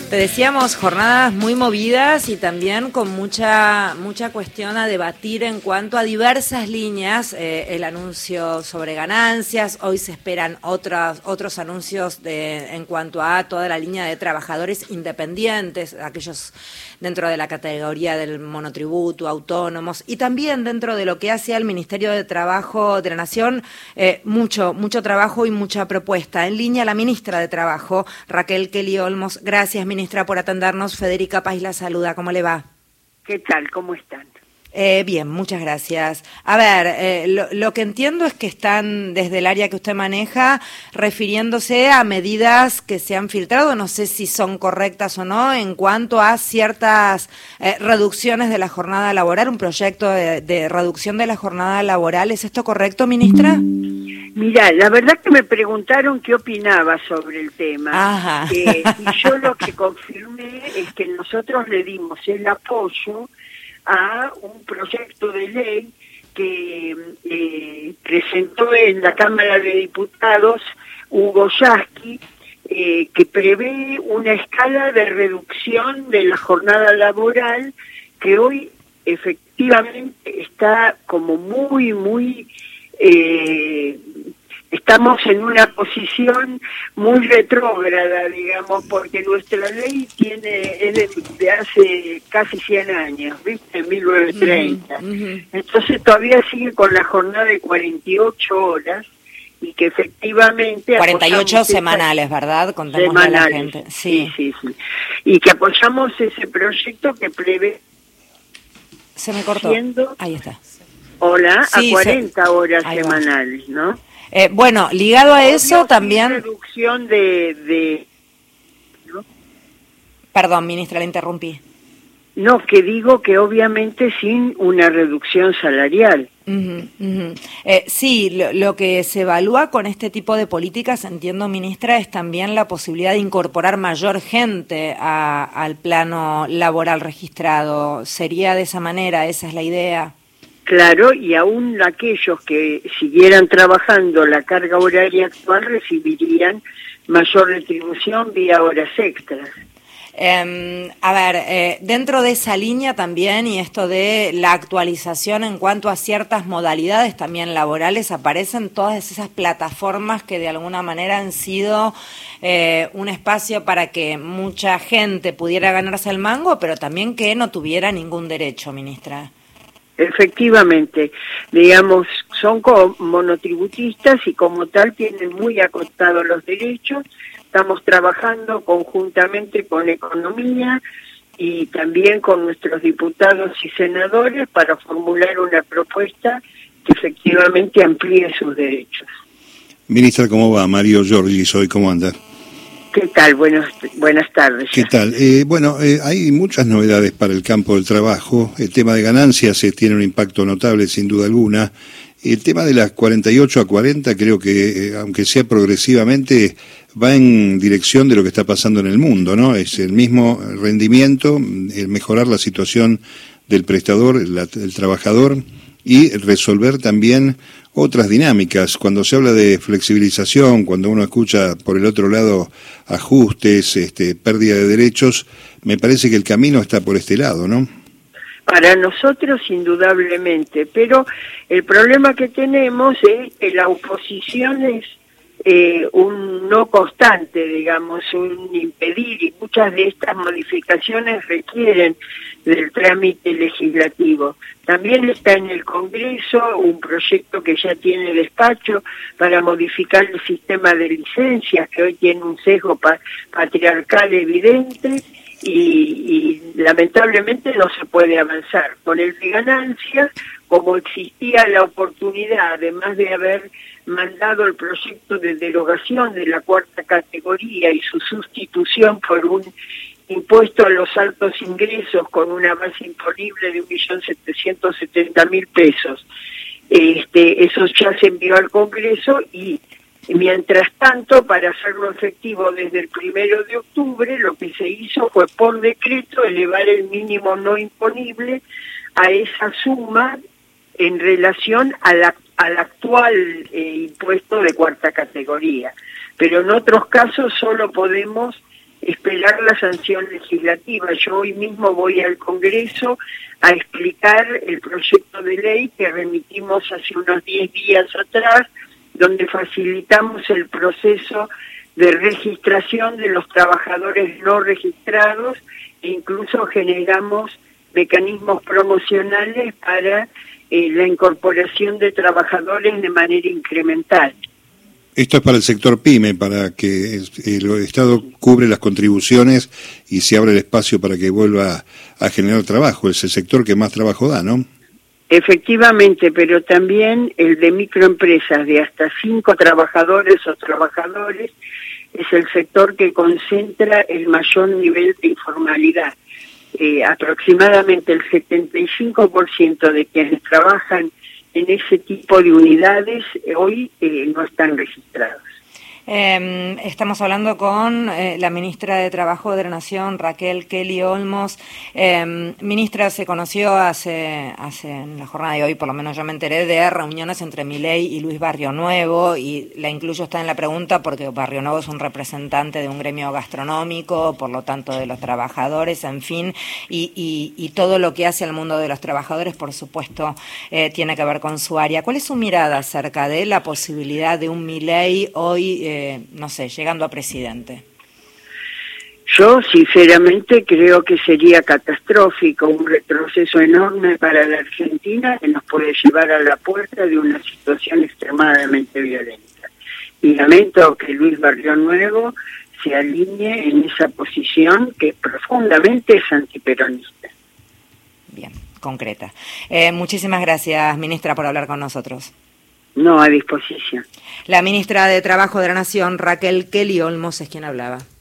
Te decíamos, jornadas muy movidas y también con mucha cuestión a debatir en cuanto a diversas líneas, el anuncio sobre ganancias, hoy se esperan otros anuncios en cuanto a toda la línea de trabajadores independientes, aquellos dentro de la categoría del monotributo, autónomos, y también dentro de lo que hace al Ministerio de Trabajo de la Nación, mucho trabajo y mucha propuesta. En línea la ministra de Trabajo, Raquel Kelly Olmos. Gracias, ministra, por atendernos. Federica Pais la saluda. ¿Cómo le va? ¿Qué tal? ¿Cómo están? Bien, muchas gracias. A ver, lo que entiendo es que están desde el área que usted maneja refiriéndose a medidas que se han filtrado, no sé si son correctas o no, en cuanto a ciertas reducciones de la jornada laboral, un proyecto de reducción de la jornada laboral. ¿Es esto correcto, ministra? Mira, la verdad que me preguntaron qué opinaba sobre el tema. Ajá. Y yo lo que confirmé es que nosotros le dimos el apoyo a un proyecto de ley que presentó en la Cámara de Diputados Hugo Yasky, que prevé una escala de reducción de la jornada laboral que hoy efectivamente está como muy estamos en una posición muy retrógrada, digamos, porque nuestra ley es de hace casi 100 años, ¿viste? En 1930. Entonces todavía sigue con la jornada de 48 horas y que efectivamente... 48 semanales, ¿verdad? Contémosle a la gente. Sí. Y que apoyamos ese proyecto que prevé... Se me cortó. Ahí está. Hola, sí, a 40 horas semanales, ¿no? Bueno, ligado a eso también... reducción ¿no? Perdón, ministra, la interrumpí. No, que digo que obviamente sin una reducción salarial. Sí, lo que se evalúa con este tipo de políticas, entiendo, ministra, es también la posibilidad de incorporar mayor gente al plano laboral registrado. ¿Sería de esa manera? ¿Esa es la idea? Claro, y aún aquellos que siguieran trabajando la carga horaria actual recibirían mayor retribución vía horas extras. A ver, dentro de esa línea también, y esto de la actualización en cuanto a ciertas modalidades también laborales, aparecen todas esas plataformas que de alguna manera han sido un espacio para que mucha gente pudiera ganarse el mango, pero también que no tuviera ningún derecho, ministra. Efectivamente, digamos, son monotributistas y como tal tienen muy acotados los derechos. Estamos trabajando conjuntamente con Economía y también con nuestros diputados y senadores para formular una propuesta que efectivamente amplíe sus derechos. Ministra, ¿cómo va? Mario Giorgi, soy, ¿cómo anda? ¿Qué tal? Buenas tardes. ¿Qué tal? Hay muchas novedades para el campo del trabajo. El tema de ganancias tiene un impacto notable, sin duda alguna. El tema de las 48 a 40, creo que, aunque sea progresivamente, va en dirección de lo que está pasando en el mundo, ¿no? Es el mismo rendimiento, el mejorar la situación del prestador, el trabajador, y resolver también otras dinámicas. Cuando se habla de flexibilización, cuando uno escucha por el otro lado ajustes, pérdida de derechos, me parece que el camino está por este lado, ¿no? Para nosotros indudablemente, pero el problema que tenemos es que la oposición es un no constante, digamos, un impedir, y muchas de estas modificaciones requieren del trámite legislativo. También está en el Congreso un proyecto que ya tiene despacho para modificar el sistema de licencias, que hoy tiene un sesgo patriarcal evidente, y lamentablemente no se puede avanzar. Con el de ganancias, como existía la oportunidad, además de haber mandado el proyecto de derogación de la cuarta categoría y su sustitución por un impuesto a los altos ingresos con una base imponible de 1.770.000 pesos. Eso ya se envió al Congreso y mientras tanto, para hacerlo efectivo desde el 1 de octubre, lo que se hizo fue por decreto elevar el mínimo no imponible a esa suma en relación al actual impuesto de cuarta categoría. Pero en otros casos solo podemos esperar la sanción legislativa. Yo hoy mismo voy al Congreso a explicar el proyecto de ley que remitimos hace unos 10 días atrás, donde facilitamos el proceso de registración de los trabajadores no registrados e incluso generamos mecanismos promocionales para la incorporación de trabajadores de manera incremental. Esto es para el sector PYME, para que el Estado cubre las contribuciones y se abre el espacio para que vuelva a generar trabajo. Es el sector que más trabajo da, ¿no? Efectivamente, pero también el de microempresas de hasta 5 trabajadores o trabajadores es el sector que concentra el mayor nivel de informalidad. Aproximadamente el 75% de quienes trabajan en ese tipo de unidades hoy no están registrados. Estamos hablando con la ministra de Trabajo de la Nación, Raquel Kelly Olmos. Ministra, se conoció hace en la jornada de hoy, por lo menos yo me enteré, de reuniones entre Milei y Luis Barrionuevo, y la incluyo está en la pregunta porque Barrionuevo es un representante de un gremio gastronómico, por lo tanto de los trabajadores, en fin, y todo lo que hace al mundo de los trabajadores, por supuesto, tiene que ver con su área. ¿Cuál es su mirada acerca de la posibilidad de un Milei hoy, no sé, llegando a presidente? Yo sinceramente creo que sería catastrófico, un retroceso enorme para la Argentina que nos puede llevar a la puerta de una situación extremadamente violenta. Y lamento que Luis Barrionuevo se alinee en esa posición que profundamente es antiperonista. Bien, concreta. Muchísimas gracias, ministra, por hablar con nosotros. No, a disposición. La ministra de Trabajo de la Nación, Raquel Kelly Olmos, es quien hablaba.